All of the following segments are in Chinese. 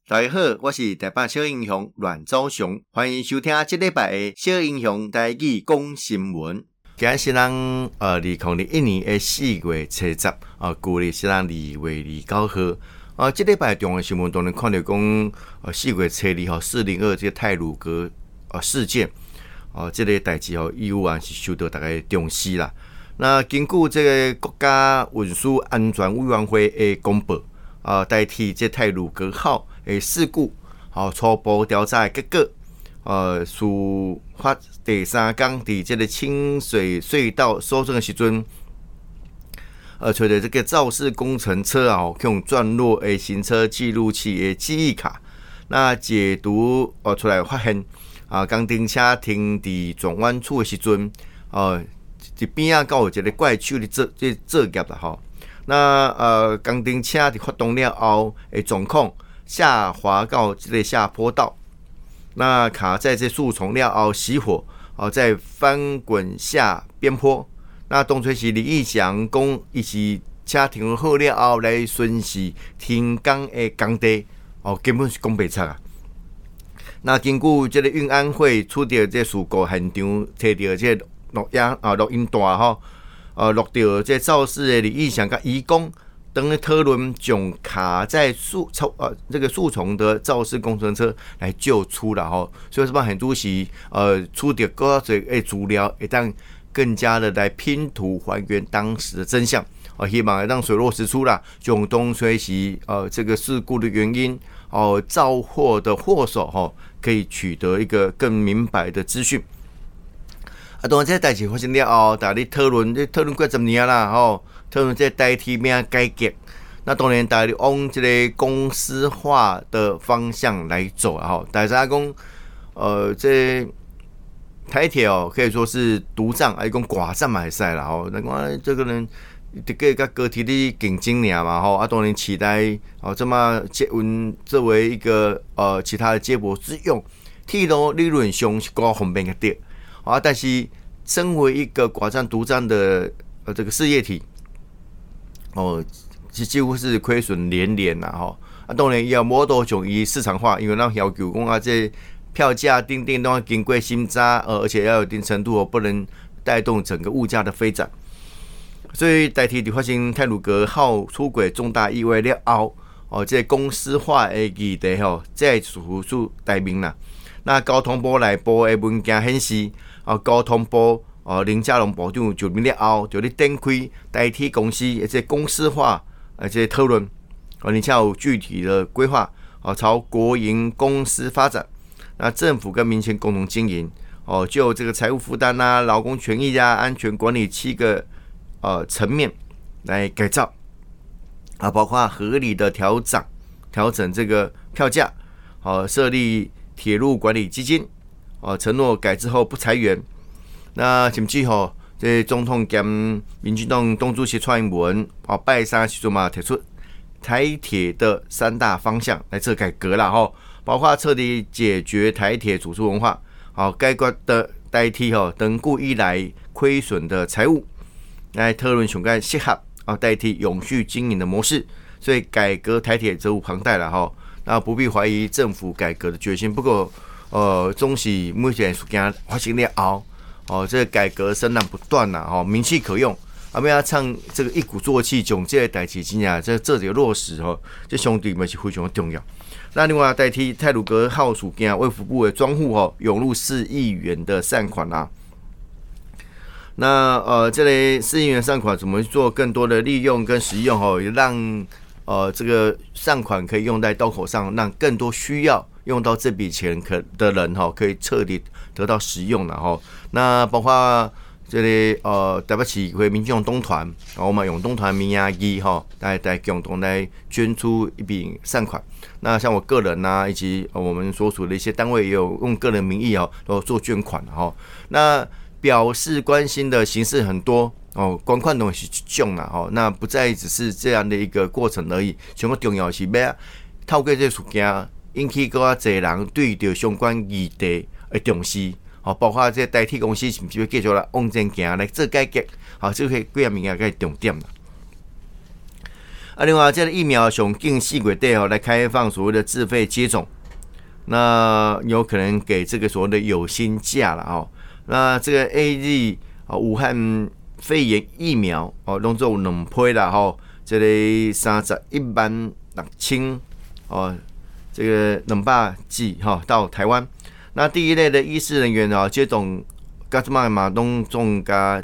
大家好，我是台北小英雄阮昭雄，欢迎收听这礼拜的小英雄台语讲新闻。今日是咱2021年的4月初10，旧历是咱2月29号。这礼拜重要新闻当然看到讲4月初2 402这个太鲁阁事件，这个代志义务是受到大家重视啦。那根据这个国家运输安全委员会的公布，代替这太鲁阁号的事故，初步调查的结果，事发第3天，伫这个清水隧道收证的时阵，找到这个肇事工程车用转落的行车记录器的记忆卡，那解读出来发现，钢丁车停伫转弯处的时阵，一边啊，有一个怪手伫作业啦吼。那钢丁车伫发动了后的状况，下滑到这个下坡道，那卡在这树丛了后熄火，再翻滚下边坡。那当初是李义祥讲，伊是车停好了后来巡视停工的工地，根本是讲白贼啊。那根据这个运安会处理这事故现场，摕到这录音带吼。录到这肇事的李义祥甲移工等讨论，将卡在这个树丛的肇事工程车来救出了吼，所以这帮很多是出到更多的资料，会当更加的来拼图还原当时的真相，希望让水落石出啦，将东吹西这个事故的原因肇祸的祸首可以取得一个更明白的资讯。当然，这代志发生了后，大家讨论几十年啦，讨论这代替咩改革。那当然，大家往这个公司化的方向来走啊，大家讲，这台铁可以说是独占，还讲寡占嘛，会使啦，那讲这个人，这个跟高铁的竞争俩嘛，当然期待这么接运作为一个其他的接驳之用，铁路理论上是高方便的点。但是身为一个寡占独占的这个事业体，几乎是亏损连连啦当然也要摸多种以市场化，因为咱要求讲这票价定都要经过审查，而且要有一定程度不能带动整个物价的飞涨。所以代替发生太鲁阁号出轨重大意外了后，这公司化的议题再次台面啦。那交通部内部的文件显示，交通部林佳龙部长就明了后，就咧展开代替公司这公司化这讨论，而且有具体的规划，朝国营公司发展。那政府跟民间共同经营，就这个财务负担啊、劳工权益啊、安全管理7个层面来改造，包括合理的调整这个票价，设立铁路管理基金，承诺改制后不裁员。那甚至这总统兼民进党党主席蔡英文拜三时阵嘛提出台铁的3大方向来做改革啦包括彻底解决台铁组织文化，改革的代替长久以来亏损的财务，来讨论上个适合代替永续经营的模式。所以改革台铁责无旁贷啦那不必怀疑政府改革的决心。不过，总是目前事件发生了后，这个改革声浪不断啦，名气可用，要唱这个一鼓作气，将这个代志真正这个落实这相对嘛是非常的重要。那另外代替太鲁阁号事件，卫福部的专户涌入4亿元的善款啦。那这类4亿元善款怎么做更多的利用跟使用也让这个善款可以用在刀口上，让更多需要用到这笔钱的人可以彻底得到使用了那包括这个台北市会民众东团，我们用东团名义来共同来捐出一笔善款。那像我个人以及我们所属的一些单位也有用个人名义做捐款那表示关心的形式很多捐款都是一种啦那不再只是这样的一个过程而已。上个重要是要透过这个事件引起更多人对着相关议题的重视。包括这代替公司是不是要继续来往前行来做改革？这个几样物件个重点啦。 另外这个疫苗上近4月底来开放所谓的自费接种，那有可能给这个所谓的有薪假了那这个 AZ 武汉肺炎疫苗拢做2批啦这个316000这个200剂到台湾。那第一类的医师人员接种，甲即马嘛拢总加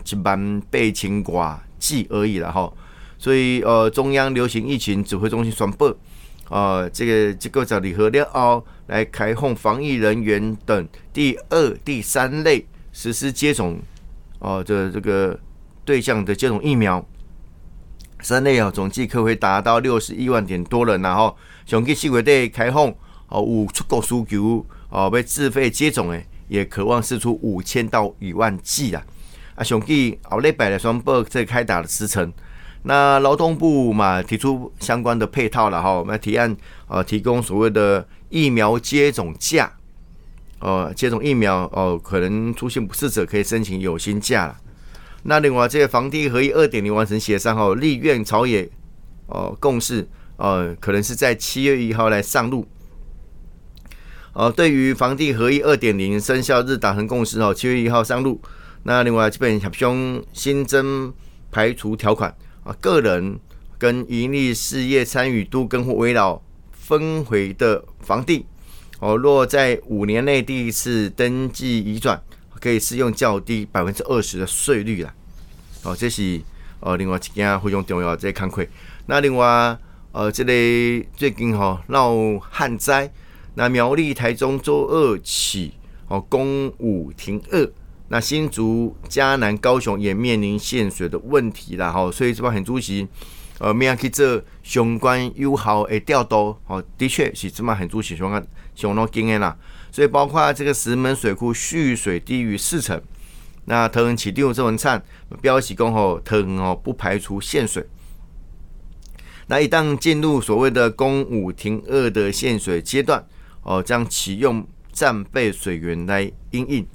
18000多剂而已啦所以中央流行疫情指挥中心宣布，这个12号了后来开放防疫人员等第2、第3类实施接种的这个对象的接种疫苗。3类总计可会达到61万点多人，然后上期4月底开放有出国需求要自费接种的，也渴望释出5000到1万剂啦。上期后礼拜来宣布这开打的时程。那劳动部嘛提出相关的配套啦那提案提供所谓的疫苗接种假，接种疫苗可能出现不适者可以申请有薪假啦。那另外这个防地合一 2.0 完成协商立院朝野共识可能是在7月1号来上路。对于防地合一 2.0 生效日达成共识7月1号上路。那另外这本协商新增排除条款，个人跟营利事业参与都更或围绕分回的房地若在5年内第一次登记移转，可以适用较低 20% 的税率啦。这是另外一件非常重要的这个工作。那另外这个最近闹旱灾，那苗栗、台中周2起公武停2，那新竹、嘉南、高雄也面临限水的问题啦所以这帮很主席要去做相关有效的调度的确是这帮很主席相当经验啦。所以包括这个石门水库蓄水低于40%，那桃园市长郑文灿表示讲桃园不排除限水。那一旦进入所谓的公武停2的限水阶段将启用战备水源来因应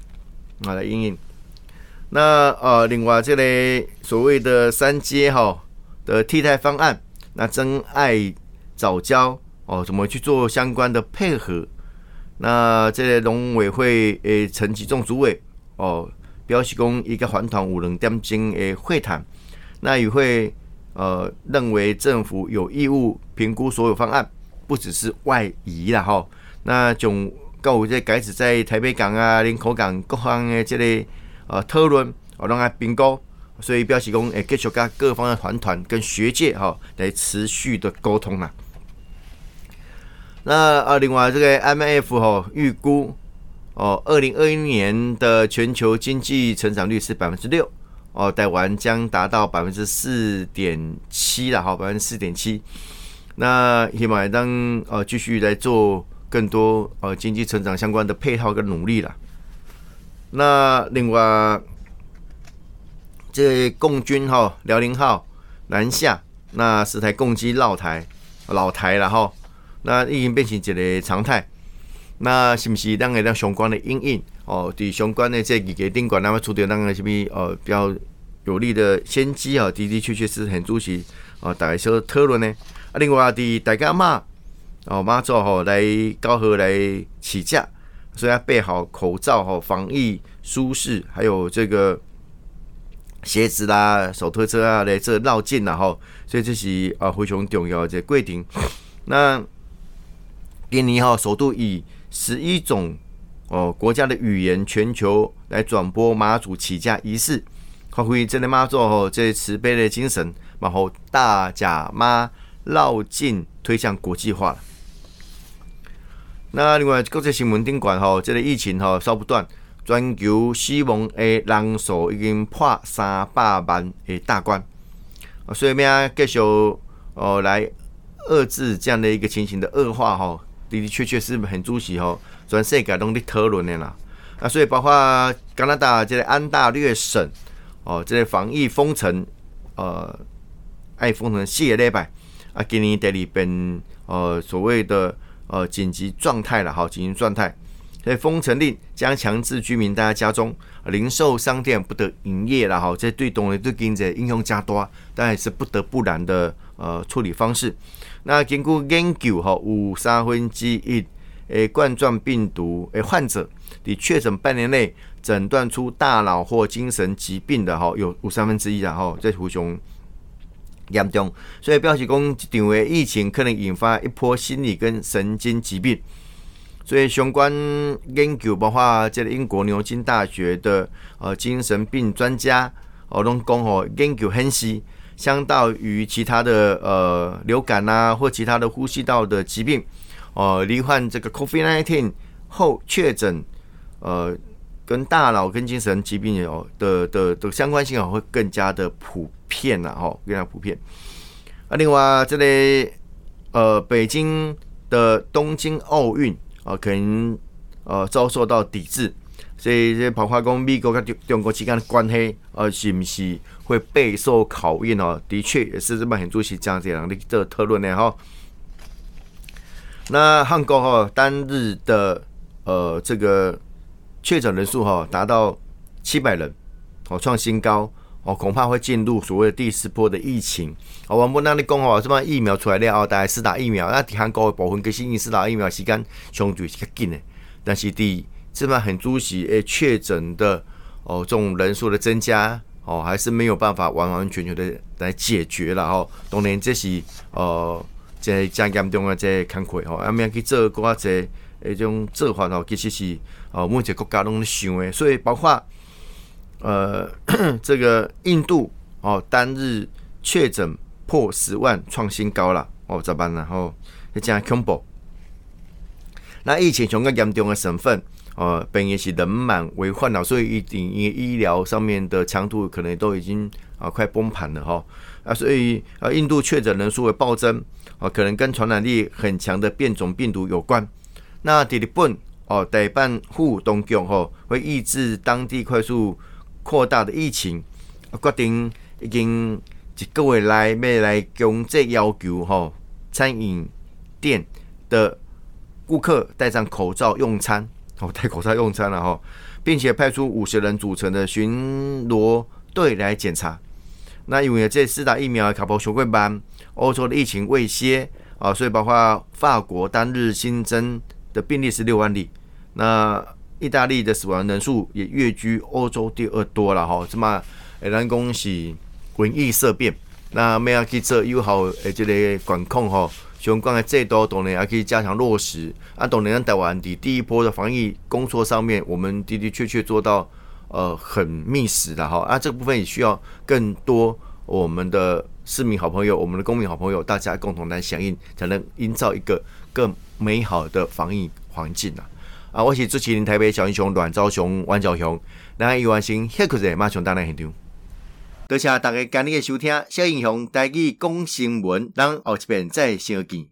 那另外这个所谓的3阶的替代方案，那真爱藻礁怎么去做相关的配合？那这个农委会陈吉仲主委表示讲，伊甲环团有2点钟的会谈，那也会认为政府有义务评估所有方案，不只是外移啦那种到有这改制在台北港林口港各方的这个讨论让它评估，所以表示讲会继续跟各方的环团跟学界来持续的沟通啦。那另外这个 IMF 预估2021年的全球经济成长率是 6%， 台湾将达到 4.7% 啦4.7%。那希望当继续来做更多经济成长相关的配套跟努力啦。那另外这个共军辽宁号南下，那10台共机绕台老台啦那已经变成一个常态。那是不是咱会当相关的因应伫相关的这议题顶管，咱要出到咱的什么比较有利的先机的确是很主席大家小讨论呢。另外伫大家妈祖来高和来起驾，所以要备好口罩防疫舒适，还有这个鞋子啦、手推车啊来这绕境啦所以这是非常重要的这个规定。那今年首度以11种国家的语言全球来转播妈祖起驾仪式，发挥这个妈祖这慈悲的精神，然后大甲妈绕境推向国际化了。那另外国际新闻顶管这个疫情稍不断，全球死亡的人数已经破300万的大关，所以要继续来遏制这样的一个情形的恶化的确是很主席全世界都在讨论的啦。那所以包括加拿大这个安大略省这个防疫封城爱封城4个礼拜今年第2遍所谓的紧急状态啦紧急状态。 所以封城令将强制居民待在家中，零售商店不得营业啦，哈，这对当然对经济影响加大，但也是不得不然的处理方式。那经过研究，哈，有1/3的冠状病毒的患者，在确诊半年内诊断出大脑或精神疾病的，哈，有1/3啦，哈，这非常严重。所以表示讲，这场的疫情可能引发一波心理跟神经疾病。所以相关研究，包括这个英国牛津大学的精神病专家拢讲研究分析，相较于其他的流感啊或其他的呼吸道的疾病，罹患这个 COVID-19 后确诊，跟大脑跟精神疾病的相关性会更加的普遍啦，更加普遍。另外这个北京的东京奥运。可能遭受到抵制，所以这包括讲美国跟中国之间的关系，是不是会备受考验哦？的确也是日本很主席这样的这讨论的哈。那韩国单日的这个确诊人数达到700人，创新高。恐怕会进入所谓的第4波的疫情。我们那里讲这帮疫苗出来了后，大概施打疫苗，那韩国的部分其实施打疫苗时间相对是较紧的，但是这帮很主席确诊的这种人数的增加，还是没有办法完完全全的来解决了当然这是这真严重的这工课要去做更加这种做法其实是每一个国家拢在想的，所以包括。这个印度单日确诊破10万创新高了怎么办呢？这样恐怖。那疫情上更严重的省份本也是人满为患了，所以一定医疗上面的强度可能都已经快崩盘了所以印度确诊人数的暴增可能跟传染力很强的变种病毒有关。那在日本大阪府当局会抑制当地快速扩大的疫情，决定已经1个月来要来强制要求餐饮店的顾客戴上口罩用餐，戴口罩用餐了并且派出50人组成的巡逻队来检查。那因为这4打疫苗的卡波相关班，欧洲的疫情未歇所以包括法国单日新增的病例是6万例，那意大利的死亡人数也跃居欧洲第2多了这么咱讲是瘟疫色变，那要去做有效的这个管控相关的制度当然要去加强落实。当然咱台湾的第1波的防疫工作上面，我们的确做到很密实的这个部分也需要更多我们的市民好朋友、我们的公民好朋友，大家共同来响应，才能营造一个更美好的防疫环境我是主持人台北小英雄阮昭雄、阮昭雄，咱伊完成歇课者马上带来现场。多谢大家今日的收听，小英雄台语讲新闻，咱后一遍再相见。